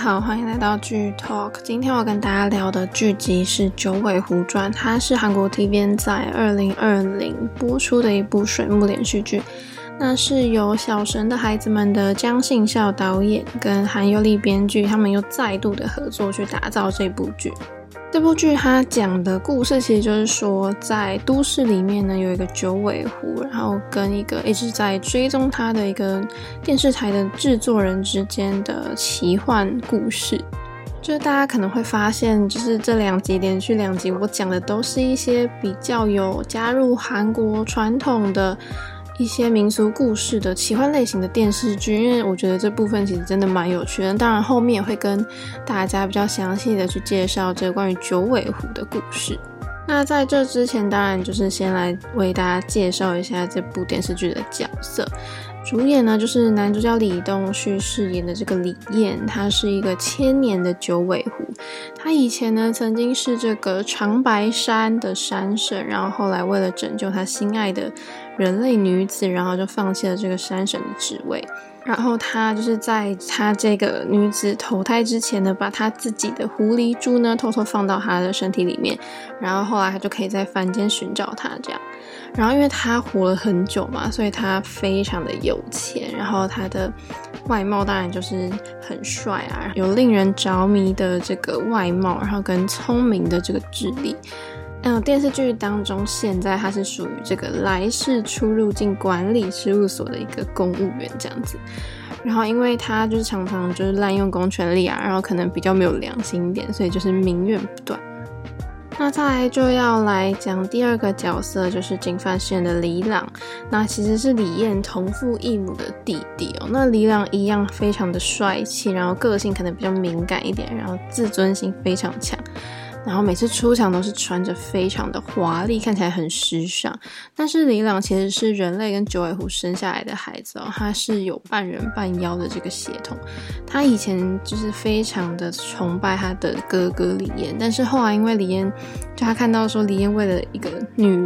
好，欢迎来到剧 Talk。今天我跟大家聊的剧集是《九尾狐传》，它是韩国 TVN 在2020播出的一部水幕连续剧。那是由小神的孩子们的姜信孝导演跟韩优丽编剧，他们又再度的合作去打造这部剧。这部剧它讲的故事其实就是说，在都市里面呢，有一个九尾狐，然后跟一个一直在追踪他的一个电视台的制作人之间的奇幻故事。就是大家可能会发现，就是这连续两集我讲的都是一些比较有加入韩国传统的一些民俗故事的奇幻类型的电视剧，因为我觉得这部分其实真的蛮有趣的。当然后面也会跟大家比较详细的去介绍这个关于九尾狐的故事。那在这之前，当然就是先来为大家介绍一下这部电视剧的角色。主演呢就是男主角李东旭饰演的这个李彦，他是一个千年的九尾狐。他以前呢曾经是这个长白山的山神，然后后来为了拯救他心爱的人类女子，然后就放弃了这个山神的职位。然后他就是在他这个女子投胎之前呢，把他自己的狐狸珠呢偷偷放到他的身体里面，然后后来他就可以在凡间寻找他这样。然后因为他活了很久嘛，所以他非常的有钱，然后他的外貌当然就是很帅啊，有令人着迷的这个外貌，然后跟聪明的这个智力。电视剧当中现在他是属于这个来世出入境管理事务所的一个公务员这样子。然后因为他就是常常就是滥用公权力啊，然后可能比较没有良心一点，所以就是民怨不断。那再来就要来讲第二个角色，就是金范饰演的李朗。那其实是李彦同父异母的弟弟哦。那李朗一样非常的帅气，然后个性可能比较敏感一点，然后自尊心非常强。然后每次出场都是穿着非常的华丽，看起来很时尚。但是李朗其实是人类跟九尾狐生下来的孩子哦，他是有半人半妖的这个血统。他以前就是非常的崇拜他的哥哥李彦，但是后来因为李彦，就他看到说李彦为了一个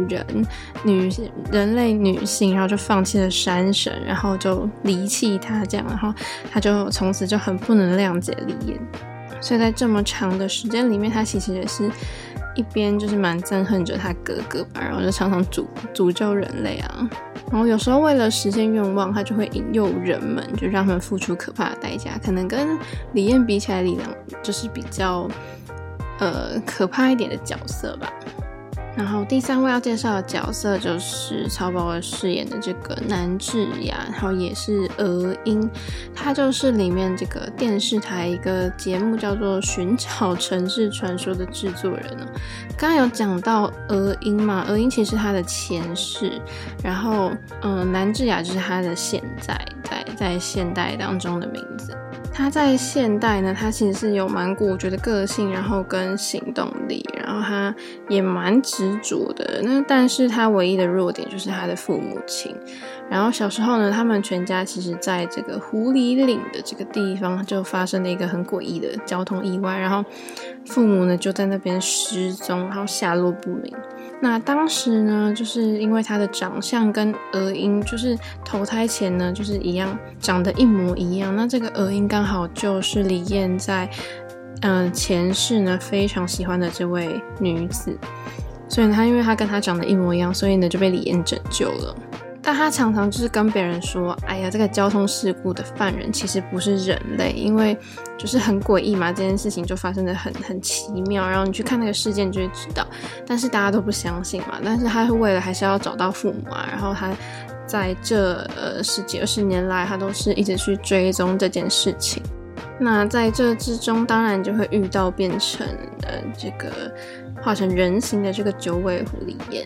人类女性，然后就放弃了山神，然后就离弃他这样，然后他就从此就很不能谅解李彦。所以在这么长的时间里面，他其实也是一边就是蛮憎恨着他哥哥吧，然后就常常诅咒人类啊，然后有时候为了实现愿望，他就会引诱人们，就让他们付出可怕的代价。可能跟李彦比起来，李朗就是比较可怕一点的角色吧。然后第三位要介绍的角色就是曹宝儿饰演的这个南智雅，然后也是娥英，他就是里面这个电视台一个节目叫做《寻找城市传说》的制作人哦。刚刚有讲到娥英嘛，娥英其实是他的前世，然后南智雅就是他的现在现代当中的名字。他在现代呢，他其实是有蛮果决的个性，然后跟行动力，然后他也蛮执着的。那但是他唯一的弱点就是他的父母亲。然后小时候呢，他们全家其实在这个狐狸岭的这个地方就发生了一个很诡异的交通意外，然后父母呢就在那边失踪，然后下落不明。那当时呢，就是因为他的长相跟娥英就是投胎前呢就是一样，长得一模一样。那这个娥英刚好就是李彦在前世呢非常喜欢的这位女子，所以呢因为他跟他长得一模一样，所以呢就被李彦拯救了。但他常常就是跟别人说，哎呀，这个交通事故的犯人其实不是人类，因为就是很诡异嘛，这件事情就发生的很奇妙，然后你去看那个事件就会知道。但是大家都不相信嘛，但是他为了还是要找到父母啊，然后他在这10几20年来，他都是一直去追踪这件事情。那在这之中，当然就会遇到变成这个化成人形的这个九尾狐李彦。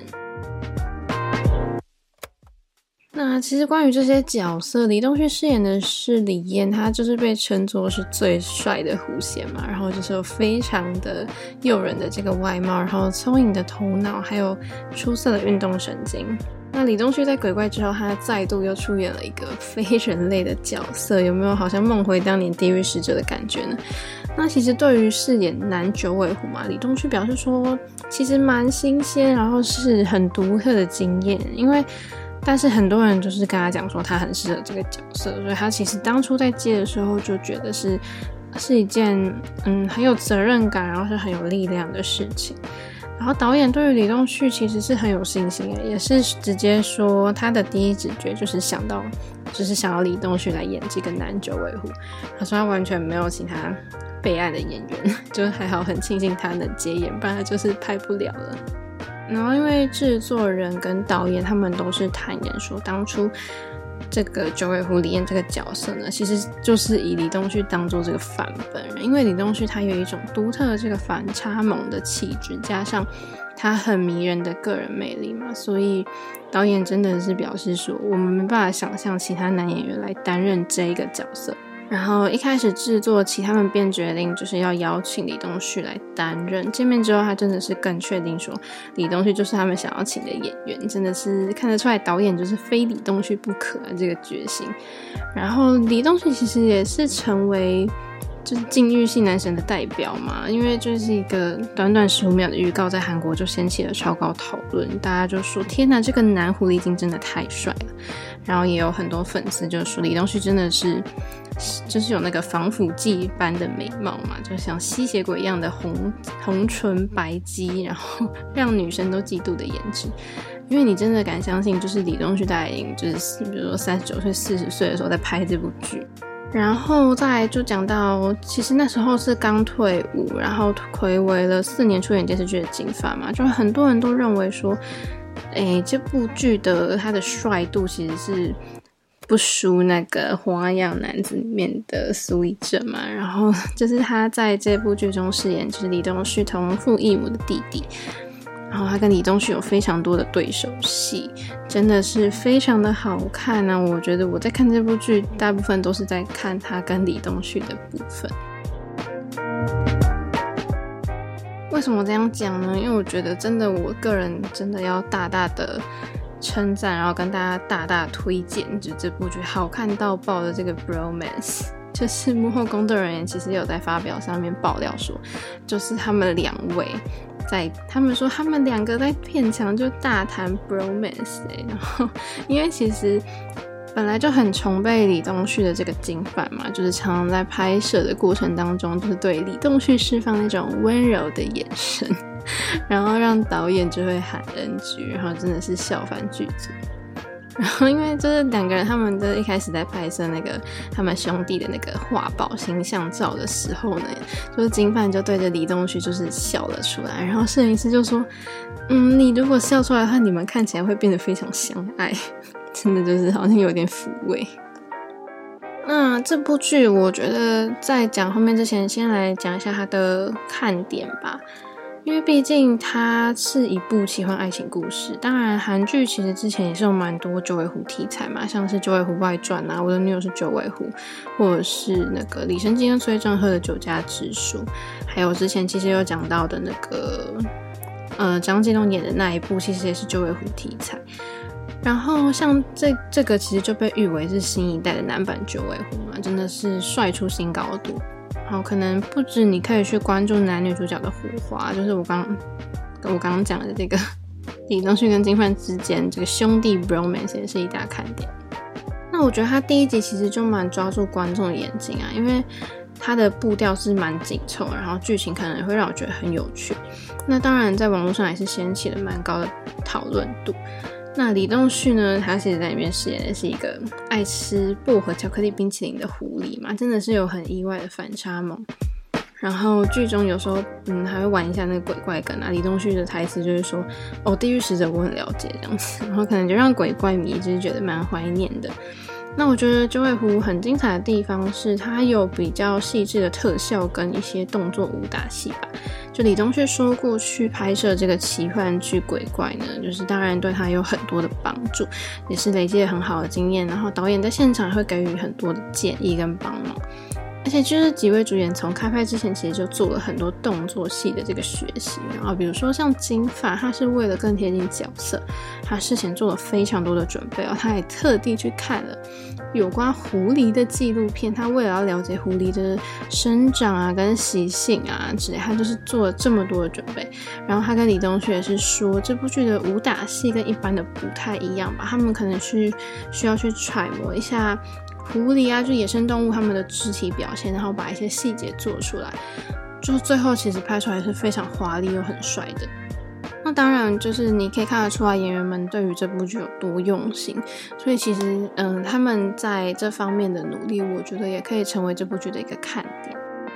那其实关于这些角色，李东旭饰演的是李彦，他就是被称作是最帅的狐仙嘛，然后就是有非常的诱人的这个外貌，然后聪颖的头脑，还有出色的运动神经。那李东旭在鬼怪之后，他再度又出演了一个非人类的角色，有没有好像梦回当年地狱使者的感觉呢？那其实对于饰演男九尾狐嘛，李东旭表示说其实蛮新鲜，然后是很独特的经验，但是很多人就是跟他讲说他很适合这个角色，所以他其实当初在接的时候就觉得是是一件很有责任感，然后是很有力量的事情。然后导演对于李东旭其实是很有信心的，也是直接说他的第一直觉就是想要李东旭来演这个男九尾狐。他说他完全没有其他备案的演员，就还好很庆幸他能接演，不然他就是拍不了了。然后因为制作人跟导演他们都是坦言说，当初这个九尾狐李燕这个角色呢，其实就是以李东旭当做这个范本人，因为李东旭他有一种独特的这个反差萌的气质，加上他很迷人的个人魅力嘛，所以导演真的是表示说，我们没办法想象其他男演员来担任这一个角色。然后一开始制作期他们便决定就是要邀请李东旭来担任，见面之后他真的是更确定说李东旭就是他们想要请的演员，真的是看得出来导演就是非李东旭不可这个决心。然后李东旭其实也是成为就是禁欲系男神的代表嘛，因为就是一个短短15秒的预告在韩国就掀起了超高讨论，大家就说天哪，这个男狐狸精真的太帅了。然后也有很多粉丝就说李东旭真的是就是有那个防腐剂般的美貌嘛，就像吸血鬼一样的红唇白肌，然后让女生都嫉妒的颜值。因为你真的敢相信就是李东旭大概已经就是比如说39岁40岁的时候在拍这部剧。然后再来就讲到其实那时候是刚退伍，然后睽违了4年出演电视剧的金发嘛，就很多人都认为说这部剧的他的帅度其实是不输那个花样男子里面的苏一正嘛，然后就是他在这部剧中饰演就是李东旭同父异母的弟弟，然后他跟李东旭有非常多的对手戏，真的是非常的好看啊。我觉得我在看这部剧大部分都是在看他跟李东旭的部分。为什么这样讲呢？因为我觉得真的我个人真的要大大的称赞，然后跟大家大大推荐就这部剧好看到爆的这个 bromance。就是幕后工作人员其实有在发表上面爆料说，就是他们2位他们说他们2个在片场就大谈 bromance，然后因为其实本来就很崇拜李东旭的这个金范嘛，就是常常在拍摄的过程当中就是对李东旭释放那种温柔的眼神，然后让导演就会喊 NG， 然后真的是笑翻剧组。然后因为就是2个人他们在一开始在拍摄那个他们兄弟的那个画报形象照的时候呢，就是金范就对着李东旭就是笑了出来，然后摄影师就说你如果笑出来的话你们看起来会变得非常相爱，真的就是好像有点抚慰。那这部剧我觉得在讲后面之前先来讲一下它的看点吧，因为毕竟它是一部奇幻爱情故事，当然韩剧其实之前也是有蛮多九尾狐题材嘛，像是九尾狐外传啊，我的女友是九尾狐，或者是那个李昇基跟崔振赫的酒家之书，还有之前其实有讲到的那个张纪中演的那一部其实也是九尾狐题材。然后像这个其实就被誉为是新一代的男版九尾狐嘛，真的是帅出新高度。好，可能不止你可以去关注男女主角的火花，就是我刚刚讲的这个李东旭跟金范之间这个兄弟 bromance 也是一大看点。那我觉得他第1集其实就蛮抓住观众的眼睛啊，因为他的步调是蛮紧凑，然后剧情可能也会让我觉得很有趣。那当然在网络上也是掀起了蛮高的讨论度。那李东旭呢，他其实在里面饰演的是一个爱吃薄荷巧克力冰淇淋的狐狸嘛，真的是有很意外的反差萌。然后剧中有时候还会玩一下那个鬼怪梗啊，李东旭的台词就是说地狱使者我很了解这样子，然后可能就让鬼怪迷就是觉得蛮怀念的。那我觉得九尾狐很精彩的地方是它有比较细致的特效跟一些动作武打戏吧。就李东旭说过去拍摄这个奇幻剧鬼怪呢，就是当然对他有很多的帮助，也是累积了很好的经验，然后导演在现场会给予很多的建议跟帮忙。而且就是几位主演从开拍之前其实就做了很多动作戏的这个学习，然后比如说像金发，他是为了更贴近角色，他事前做了非常多的准备他也特地去看了有关狐狸的纪录片，他为了要了解狐狸的生长啊跟习性啊之类，他就是做了这么多的准备。然后他跟李东旭也是说这部剧的武打戏跟一般的不太一样吧，他们可能是需要去揣摩一下狐狸啊，就野生动物它们的肢体表现，然后把一些细节做出来，就最后其实拍出来是非常华丽又很帅的。那当然就是你可以看得出来演员们对于这部剧有多用心，所以其实他们在这方面的努力，我觉得也可以成为这部剧的一个看点。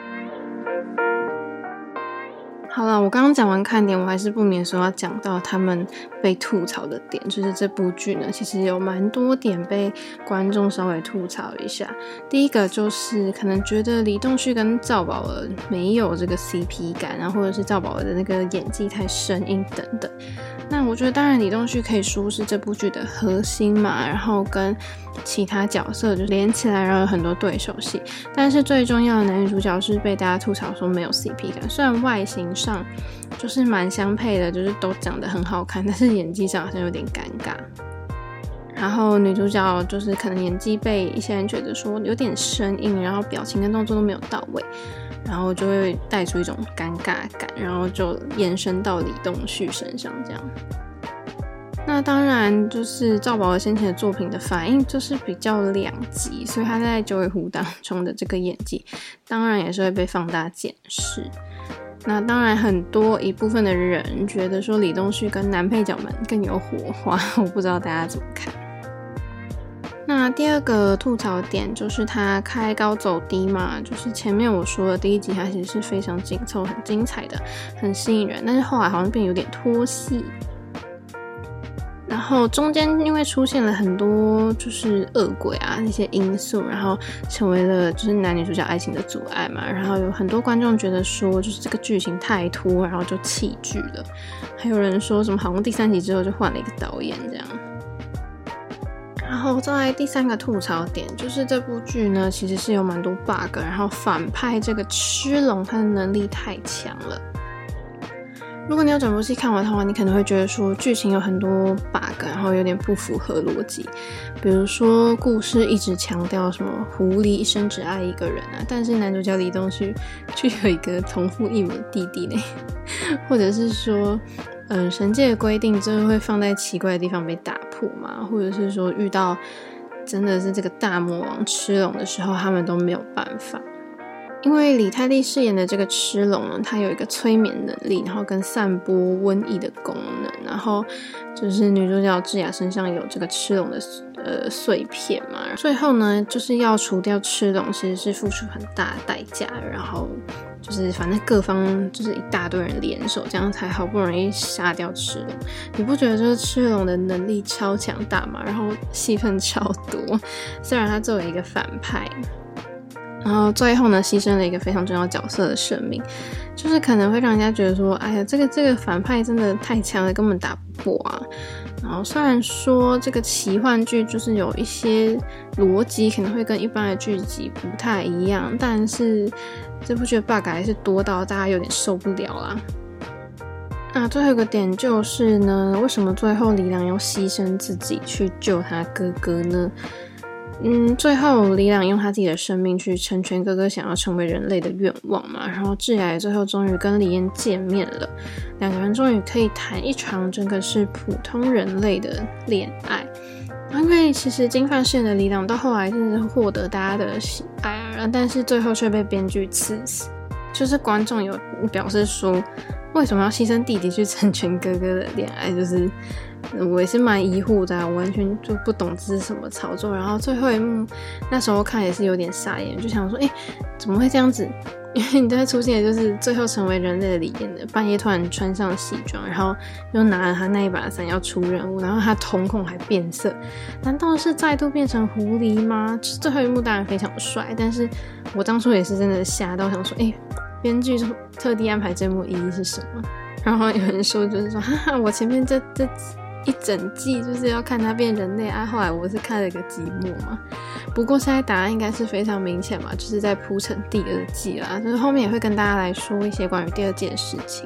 好了，我刚刚讲完看点，我还是不免说要讲到他们被吐槽的点，就是这部剧呢其实有蛮多点被观众稍微吐槽一下。第一个就是可能觉得李栋旭跟赵宝儿没有这个 CP 感，然后或者是赵宝儿的那个演技太生硬等等。那我觉得当然李栋旭可以说是这部剧的核心嘛，然后跟其他角色就连起来，然后有很多对手戏，但是最重要的男女主角是被大家吐槽说没有 CP 感，虽然外形上就是蛮相配的，就是都长得很好看，但是演技上好像有点尴尬。然后女主角就是可能演技被一些人觉得说有点生硬，然后表情跟动作都没有到位，然后就会带出一种尴尬感，然后就延伸到李栋旭身上这样。那当然就是赵宝儿先前的作品的反应就是比较两极，所以他在九尾狐当中的这个演技当然也是会被放大检视。那当然很多一部分的人觉得说李栋旭跟男配角们更有火花，我不知道大家怎么看。那第二个吐槽点就是他开高走低嘛，就是前面我说的第一集它其实是非常紧凑很精彩的，很吸引人，但是后来好像变有点拖戏，然后中间因为出现了很多就是恶鬼啊那些因素，然后成为了就是男女主角爱情的阻碍嘛，然后有很多观众觉得说就是这个剧情太拖，然后就弃剧了，还有人说什么好像第3集之后就换了一个导演这样。然后再来第三个吐槽点就是这部剧呢其实是有蛮多 bug， 然后反派这个吃龙他的能力太强了。如果你有整部戏看完的话，你可能会觉得说剧情有很多 bug， 然后有点不符合逻辑，比如说故事一直强调什么狐狸一生只爱一个人啊，但是男主角李栋旭却有一个同父异母的弟弟呢，或者是说神界的规定就是会放在奇怪的地方被打破嘛，或者是说遇到真的是这个大魔王吃龙的时候他们都没有办法。因为李泰利饰演的这个吃龙呢，他有一个催眠能力，然后跟散播瘟疫的功能，然后就是女主角智雅身上有这个吃龙的碎片嘛，最后呢就是要除掉吃龙其实是付出很大的代价，然后就是反正各方就是一大堆人联手，这样才好不容易杀掉吃龙。你不觉得就是吃龙的能力超强大吗？然后戏份超多，虽然他作为一个反派，然后最后呢牺牲了一个非常重要角色的生命，就是可能会让人家觉得说哎呀这个反派真的太强了，根本打不过啊。然后虽然说这个奇幻剧就是有一些逻辑可能会跟一般的剧集不太一样，但是这部剧的 bug 还是多到大家有点受不了啦。那最后一个点就是呢，为什么最后李良要牺牲自己去救他哥哥呢？最后李良用他自己的生命去成全哥哥想要成为人类的愿望嘛，然后智雅最后终于跟李嫣见面了，两个人终于可以谈一场真的是普通人类的恋爱。因为其实金范饰演的李良到后来真的是获得大家的喜爱啊，但是最后却被编剧刺死，就是观众有表示说为什么要牺牲弟弟去成全哥哥的恋爱，就是我也是蛮疑惑的我完全就不懂这是什么操作。然后最后一幕那时候看也是有点傻眼，就想说怎么会这样子，因为你在出现的就是最后成为人类的李嫣的半夜突然穿上西装，然后又拿了他那一把伞要出任务，然后他瞳孔还变色，难道是再度变成狐狸吗？最后一幕当然非常帅，但是我当初也是真的吓到想说编剧特地安排这幕意义是什么。然后有人说就是说哈哈，我前面这一整季就是要看他变人类啊，后来我是看了个寂寞嘛。不过现在答案应该是非常明显嘛，就是在铺陈第2季啦，就是后面也会跟大家来说一些关于第2季的事情。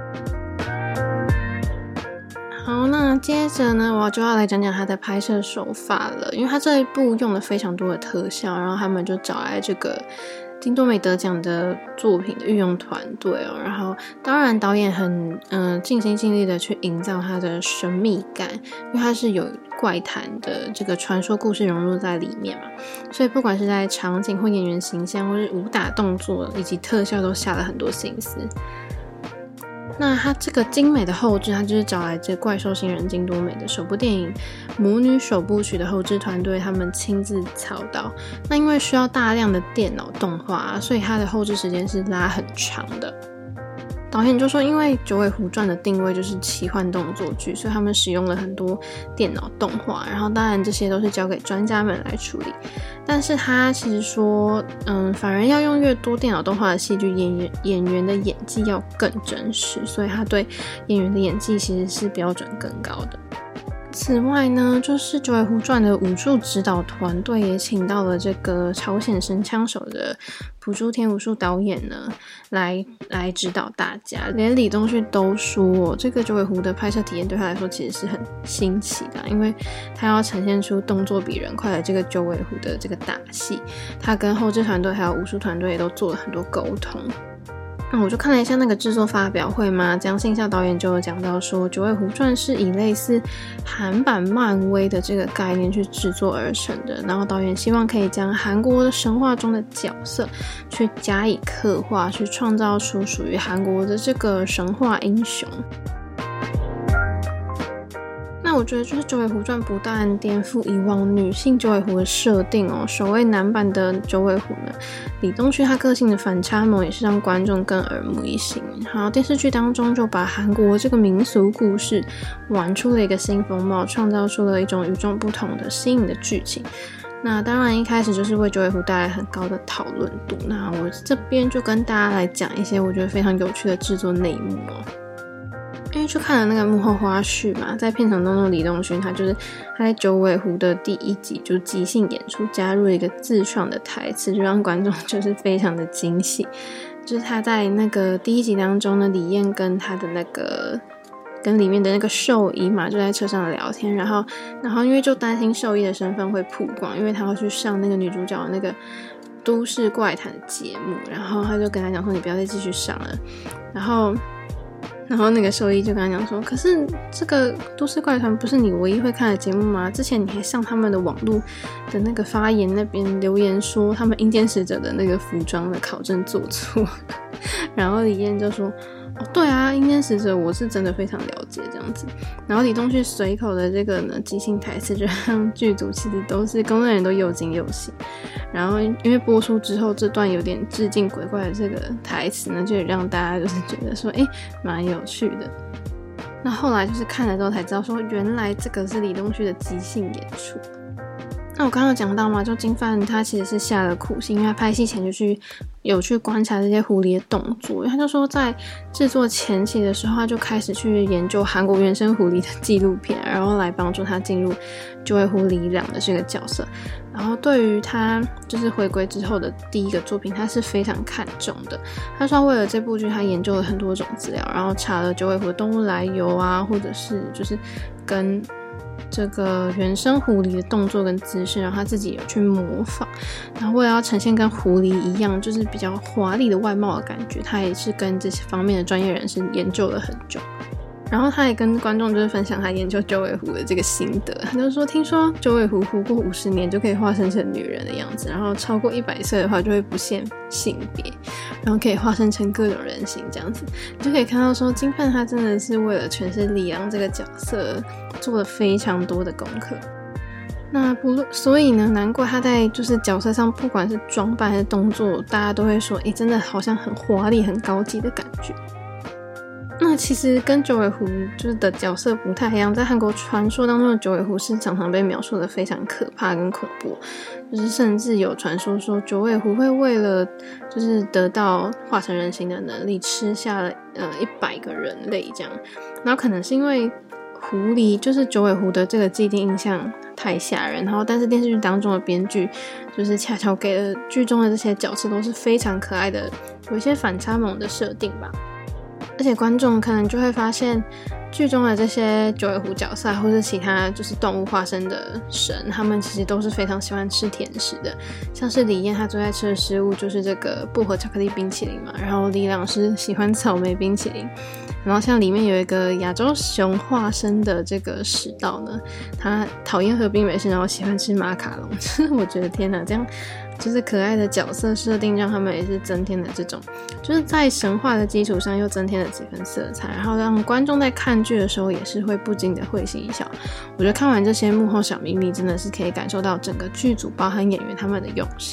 好，那接着呢我就要来讲讲他的拍摄手法了，因为他这一部用了非常多的特效，然后他们就找来这个金多美得奖的作品的御用团队哦，然后当然导演很尽心尽力的去营造它的神秘感，因为它是有怪谈的这个传说故事融入在里面嘛，所以不管是在场景或演员形象或是武打动作以及特效都下了很多心思。那它这个精美的后制，它就是找来这怪兽新人金多美的首部电影《魔女首部曲》的后制团队，他们亲自操刀。那因为需要大量的电脑动画，所以它的后制时间是拉很长的。导演就说，因为《九尾狐传》的定位就是奇幻动作剧，所以他们使用了很多电脑动画，然后当然这些都是交给专家们来处理。但是他其实说，反而要用越多电脑动画的戏剧，演员的演技要更真实，所以他对演员的演技其实是标准更高的。此外呢，就是《九尾狐传》的武术指导团队也请到了这个朝鲜神枪手的朴柱天武术导演呢，来指导大家。连李东旭都说，这个九尾狐的拍摄体验对他来说其实是很新奇的，因为他要呈现出动作比人快的这个九尾狐的这个打戏，他跟后制团队还有武术团队也都做了很多沟通。那我就看了一下那个制作发表会嘛，江信孝导演就有讲到说，《九尾狐传》是以类似韩版漫威的这个概念去制作而成的，然后导演希望可以将韩国的神话中的角色去加以刻画，去创造出属于韩国的这个神话英雄。那我觉得就是《九尾狐传》不但颠覆以往女性九尾狐的设定哦，首位男版的九尾狐呢，李东旭他个性的反差萌也是让观众更耳目一新。然后电视剧当中就把韩国这个民俗故事玩出了一个新风貌，创造出了一种与众不同的新颖的剧情。那当然一开始就是为九尾狐带来很高的讨论度。那我这边就跟大家来讲一些我觉得非常有趣的制作内幕哦。因为去看了那个幕后花絮嘛，在片场当中李东勋他在九尾狐的第一集就即兴演出，加入了一个自创的台词，就让观众就是非常的惊喜。就是他在那个第一集当中呢，李燕跟他的那个跟里面的那个兽医嘛，就在车上聊天，然后因为就担心兽医的身份会曝光，因为他要去上那个女主角的那个都市怪谈的节目，然后他就跟他讲说，你不要再继续上了，然后那个兽医就跟他讲说，可是这个都市怪谈不是你唯一会看的节目吗？之前你还上他们的网络的那个发言那边留言说他们阴间使者的那个服装的考证做错。然后李燕就说，哦，对啊，阴间使者我是真的非常了解这样子。然后李东旭随口的这个呢即兴台词，就让剧组其实都是工作人员都又惊又喜。然后因为播出之后这段有点致敬鬼怪的这个台词呢，就也让大家就是觉得说蛮有趣的。那后来就是看了之后才知道说，原来这个是李东旭的即兴演出。那我刚刚有讲到嘛，就金范他其实是下了苦心，因为他拍戏前就有去观察这些狐狸的动作，他就说在制作前期的时候，他就开始去研究韩国原生狐狸的纪录片，然后来帮助他进入九尾狐李朗的这个角色。然后对于他就是回归之后的第一个作品，他是非常看重的。他说为了这部剧，他研究了很多种资料，然后查了九尾狐的动物来由啊，或者是就是跟这个原生狐狸的动作跟姿势，然后他自己有去模仿，然后为了要呈现跟狐狸一样就是比较华丽的外貌的感觉，他也是跟这些方面的专业人士研究了很久。然后他也跟观众就是分享他研究九尾狐的这个心得，他就说听说九尾狐活过50年就可以化身成女人的样子，然后超过100岁的话就会不限性别，然后可以化身成各种人形这样子。你就可以看到说金范他真的是为了诠释李昂这个角色做了非常多的功课。那所以呢，难怪他在就是角色上不管是装扮还是动作，大家都会说真的好像很华丽很高级的感觉。那其实跟九尾狐就是的角色不太一样，在韩国传说当中的九尾狐是常常被描述的非常可怕跟恐怖，就是甚至有传说说九尾狐会为了就是得到化成人形的能力，吃下了100个人类这样。然后可能是因为狐狸就是九尾狐的这个既定印象太吓人，然后但是电视剧当中的编剧就是恰巧给了剧中的这些角色都是非常可爱的，有一些反差萌的设定吧。而且观众可能就会发现剧中的这些九尾狐角色或是其他就是动物化身的神，他们其实都是非常喜欢吃甜食的。像是李彦他最爱吃的食物就是这个薄荷巧克力冰淇淋嘛，然后李朗是喜欢草莓冰淇淋。然后像里面有一个亚洲熊化身的这个史道呢，他讨厌喝冰美式，然后喜欢吃马卡龙。我觉得天哪，这样就是可爱的角色设定，让他们也是增添了这种，就是在神话的基础上又增添了几分色彩，然后让观众在看剧的时候也是会不禁的会心一笑。我觉得看完这些幕后小秘密，真的是可以感受到整个剧组包含演员他们的用心。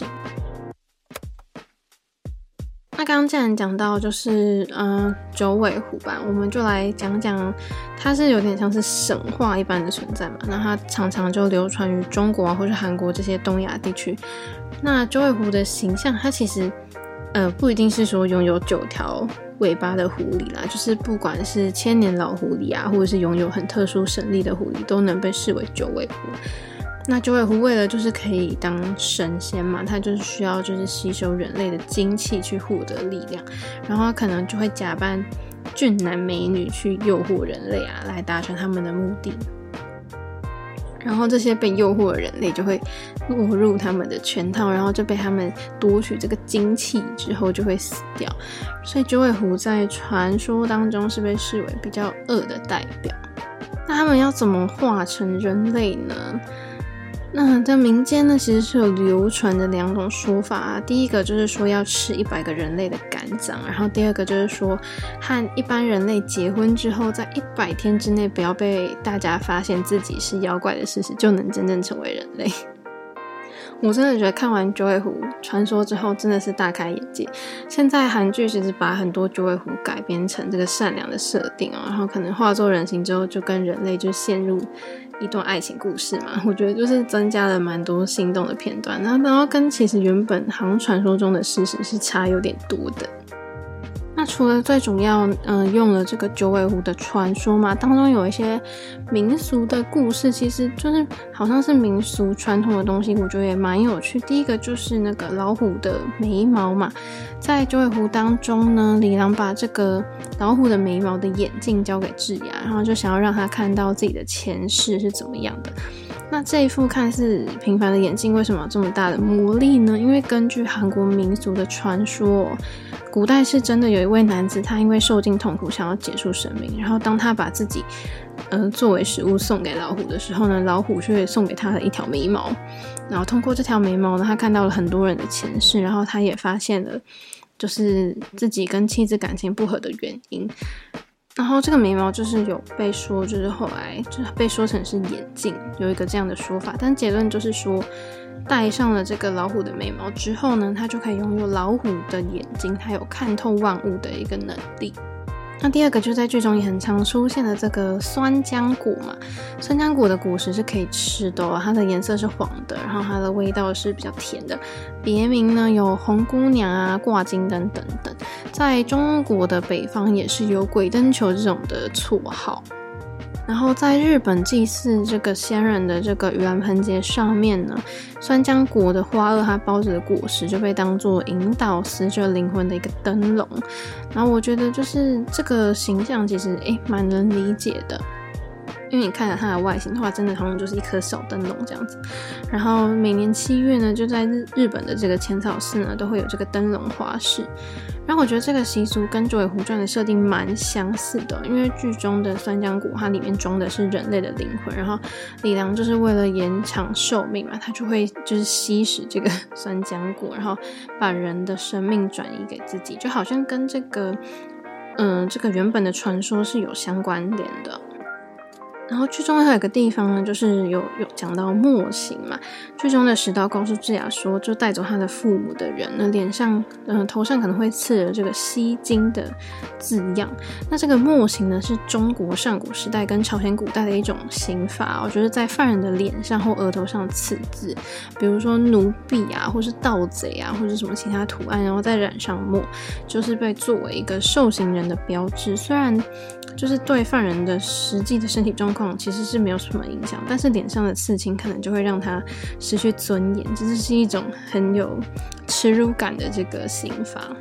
那刚刚既然讲到就是九尾狐吧，我们就来讲讲它是有点像是神话一般的存在嘛，那它常常就流传于中国或是韩国这些东亚地区。那九尾狐的形象，它其实不一定是说拥有9条尾巴的狐狸啦，就是不管是千年老狐狸啊，或者是拥有很特殊神力的狐狸，都能被视为九尾狐。那九尾狐为了就是可以当神仙嘛，它就是需要就是吸收人类的精气去获得力量，然后它可能就会假扮俊男美女去诱惑人类啊，来达成他们的目的。然后这些被诱惑的人类就会落入他们的圈套，然后就被他们夺取这个精气之后就会死掉。所以九尾狐在传说当中是被视为比较恶的代表。那他们要怎么化成人类呢？那在民间呢，其实是有流传的2种说法啊。第一个就是说要吃100个人类的肝脏，然后第二个就是说和一般人类结婚之后，在100天之内不要被大家发现自己是妖怪的事实，就能真正成为人类。我真的觉得看完九尾狐传说之后真的是大开眼界。现在韩剧其实把很多九尾狐改编成这个善良的设定然后可能化作人形之后就跟人类就陷入一段爱情故事嘛，我觉得就是增加了蛮多心动的片段，然后跟其实原本好像传说中的事实是差有点多的。那除了最主要用了这个九尾狐的传说嘛，当中有一些民俗的故事，其实就是好像是民俗传统的东西，我觉得也蛮有趣。第一个就是那个老虎的眉毛嘛，在九尾狐当中呢，李郎把这个老虎的眉毛的眼镜交给智雅，然后就想要让他看到自己的前世是怎么样的。那这一副看似平凡的眼镜为什么有这么大的魔力呢？因为根据韩国民俗的传说，古代是真的有一位男子，他因为受尽痛苦想要结束生命，然后当他把自己作为食物送给老虎的时候呢，老虎却送给他了一条眉毛，然后通过这条眉毛呢，他看到了很多人的前世，然后他也发现了就是自己跟妻子感情不合的原因。然后这个眉毛就是有被说，就是后来就是被说成是眼镜，有一个这样的说法，但结论就是说戴上了这个老虎的眉毛之后呢，他就可以拥有老虎的眼睛，还有看透万物的一个能力。那第二个就在剧中也很常出现的这个酸浆果嘛，酸浆果的果实是可以吃的它的颜色是黄的，然后它的味道是比较甜的，别名呢有红姑娘啊、挂金灯等等，在中国的北方也是有鬼灯球这种的绰号。然后在日本祭祀这个先人的这个盂兰盆节上面呢，酸浆果的花萼它包着的果实就被当作引导死者灵魂的一个灯笼。然后我觉得就是这个形象其实蛮能理解的，因为你看了它的外形的话，真的好像就是一颗小灯笼这样子。然后每年7月呢，就在日本的这个浅草寺呢，都会有这个灯笼花市。然后我觉得这个习俗跟九尾狐传的设定蛮相似的，因为剧中的酸浆果它里面装的是人类的灵魂，然后李郎就是为了延长寿命嘛，他就会就是吸食这个酸浆果，然后把人的生命转移给自己，就好像跟这个原本的传说是有相关联的。然后剧中还有一个地方呢，就是有讲到墨刑嘛。剧中的石刀告诉智雅说，就带走他的父母的人呢，脸上头上可能会刺了这个西京的字样。那这个墨刑呢，是中国上古时代跟朝鲜古代的一种刑法我觉得在犯人的脸上或额头上刺字，比如说奴婢啊，或是盗贼啊，或者什么其他图案，然后再染上墨，就是被作为一个受刑人的标志。虽然就是对犯人的实际的身体状况其实是没有什么影响，但是脸上的刺青可能就会让他失去尊严，这是一种很有耻辱感的这个刑罚。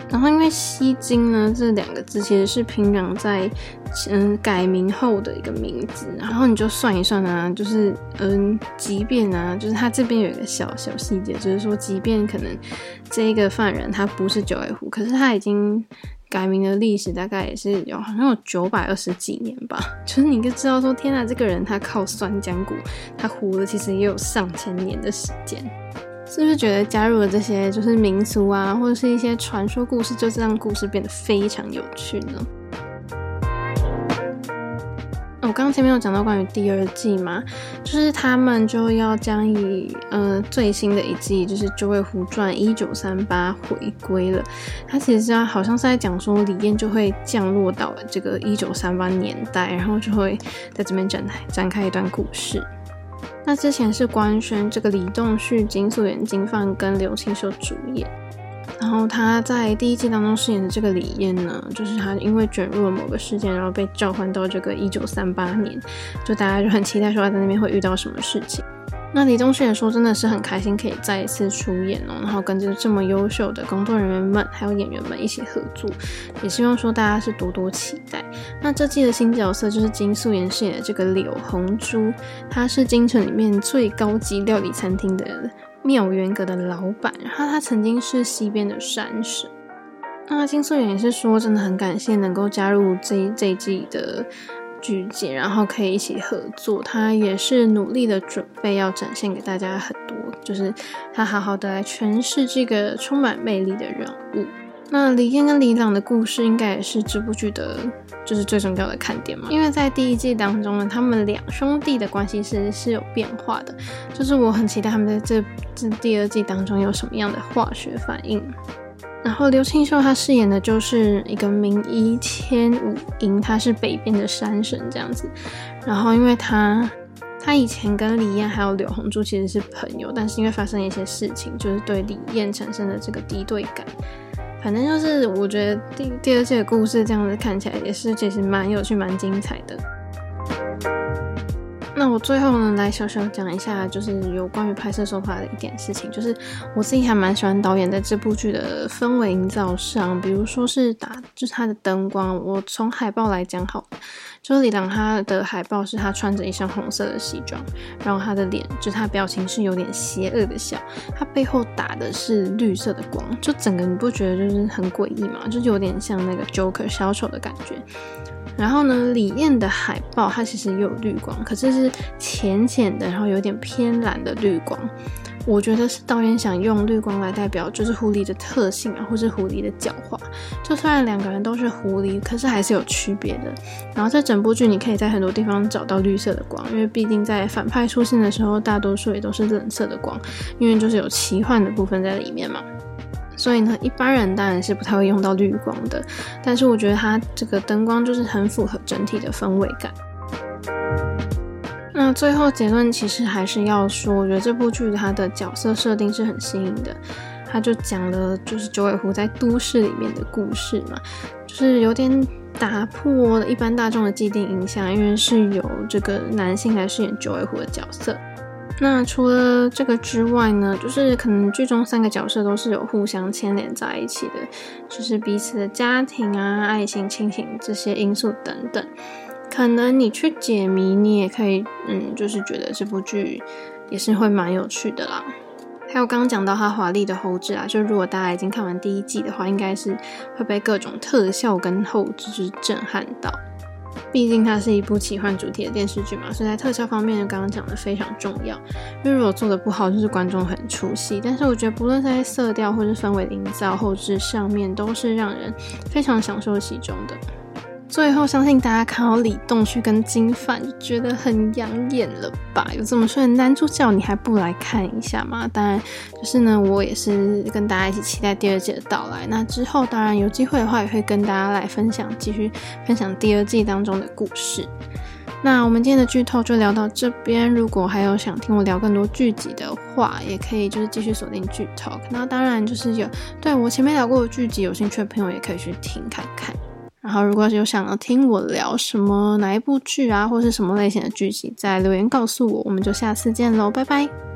然后因为西京呢这2个字其实是平壤在改名后的一个名字，然后你就算一算啊，就是即便啊，就是他这边有一个小细节，就是说即便可能这一个犯人他不是九尾狐，可是他已经改名的历史大概也是好像有920几年吧，就是你就知道说天啊，这个人他靠酸浆骨他活了其实也有上千年的时间。是不是觉得加入了这些就是民俗啊，或者是一些传说故事，就让故事变得非常有趣呢？我刚刚前面有讲到关于第2季嘛，就是他们就要将以最新的一季就是《九尾狐传1938》回归了。它其实好像是在讲说李燕就会降落到这个1938年代，然后就会在这边展开一段故事。那之前是官宣这个李栋旭、金素妍、金范跟刘清秀主演，然后他在第1季当中饰演的这个李燕呢，就是他因为卷入了某个事件，然后被召唤到这个1938年，就大家就很期待说他在那边会遇到什么事情。那李栋旭也说真的是很开心可以再一次出演然后跟这么优秀的工作人员们还有演员们一起合作，也希望说大家是多多期待。那这季的新角色就是金素妍饰演的这个柳红珠，她是京城里面最高级料理餐厅的妙园阁的老板，然后她曾经是西边的山神。那金素妍也是说真的很感谢能够加入这一季的剧集，然后可以一起合作，他也是努力的准备要展现给大家很多，就是他好好的来诠释这个充满魅力的人物。那李燕跟李朗的故事应该也是这部剧的就是最重要的看点嘛，因为在第1季当中呢，他们2兄弟的关系是有变化的，就是我很期待他们在这第2季当中有什么样的化学反应。然后刘清秀她饰演的就是一个名医千武英，她是北边的山神这样子。然后因为她以前跟李燕还有柳红珠其实是朋友，但是因为发生一些事情，就是对李燕产生了这个敌对感。反正就是我觉得第2季的故事这样子看起来也是其实蛮有趣蛮精彩的。那我最后呢来小小讲一下就是有关于拍摄手法的一点事情，就是我自己还蛮喜欢导演在这部剧的氛围营造上，比如说是就是他的灯光，我从海报来讲好了，就是李朗他的海报是他穿着一身红色的西装，然后他的脸就是他的表情是有点邪恶的笑，他背后打的是绿色的光，就整个你不觉得就是很诡异吗？就有点像那个 Joker 小丑的感觉。然后呢，李燕的海报它其实也有绿光，可是是浅浅的，然后有点偏蓝的绿光。我觉得是导演想用绿光来代表就是狐狸的特性啊，或是狐狸的狡猾。就虽然2个人都是狐狸，可是还是有区别的。然后在整部剧你可以在很多地方找到绿色的光，因为毕竟在反派出现的时候大多数也都是冷色的光，因为就是有奇幻的部分在里面嘛。所以呢，一般人当然是不太会用到绿光的，但是我觉得它这个灯光就是很符合整体的氛围感。那最后结论其实还是要说，我觉得这部剧它的角色设定是很新颖的，它就讲了就是九尾狐在都市里面的故事嘛，就是有点打破一般大众的既定印象，因为是由这个男性来饰演九尾狐的角色。那除了这个之外呢，就是可能剧中3个角色都是有互相牵连在一起的，就是彼此的家庭啊、爱情、亲情这些因素等等。可能你去解谜，你也可以就是觉得这部剧也是会蛮有趣的啦。还有刚刚讲到它华丽的后制啊，就如果大家已经看完第1季的话，应该是会被各种特效跟后制就是震撼到。毕竟它是一部奇幻主题的电视剧嘛，所以在特效方面刚刚讲的非常重要，因为如果做的不好就是观众很出戏。但是我觉得不论在色调或是氛围营造、后制上面都是让人非常享受其中的。最后相信大家看到李栋旭跟金范就觉得很养眼了吧，有这么帅的男主角你还不来看一下吗？当然就是呢，我也是跟大家一起期待第2季的到来，那之后当然有机会的话也会跟大家来继续分享第2季当中的故事。那我们今天的剧透就聊到这边，如果还有想听我聊更多剧集的话，也可以就是继续锁定剧透。那当然就是有对我前面聊过的剧集有兴趣的朋友也可以去听看看。然后如果有想要听我聊什么哪一部剧啊，或是什么类型的剧集，再留言告诉我，我们就下次见咯，拜拜。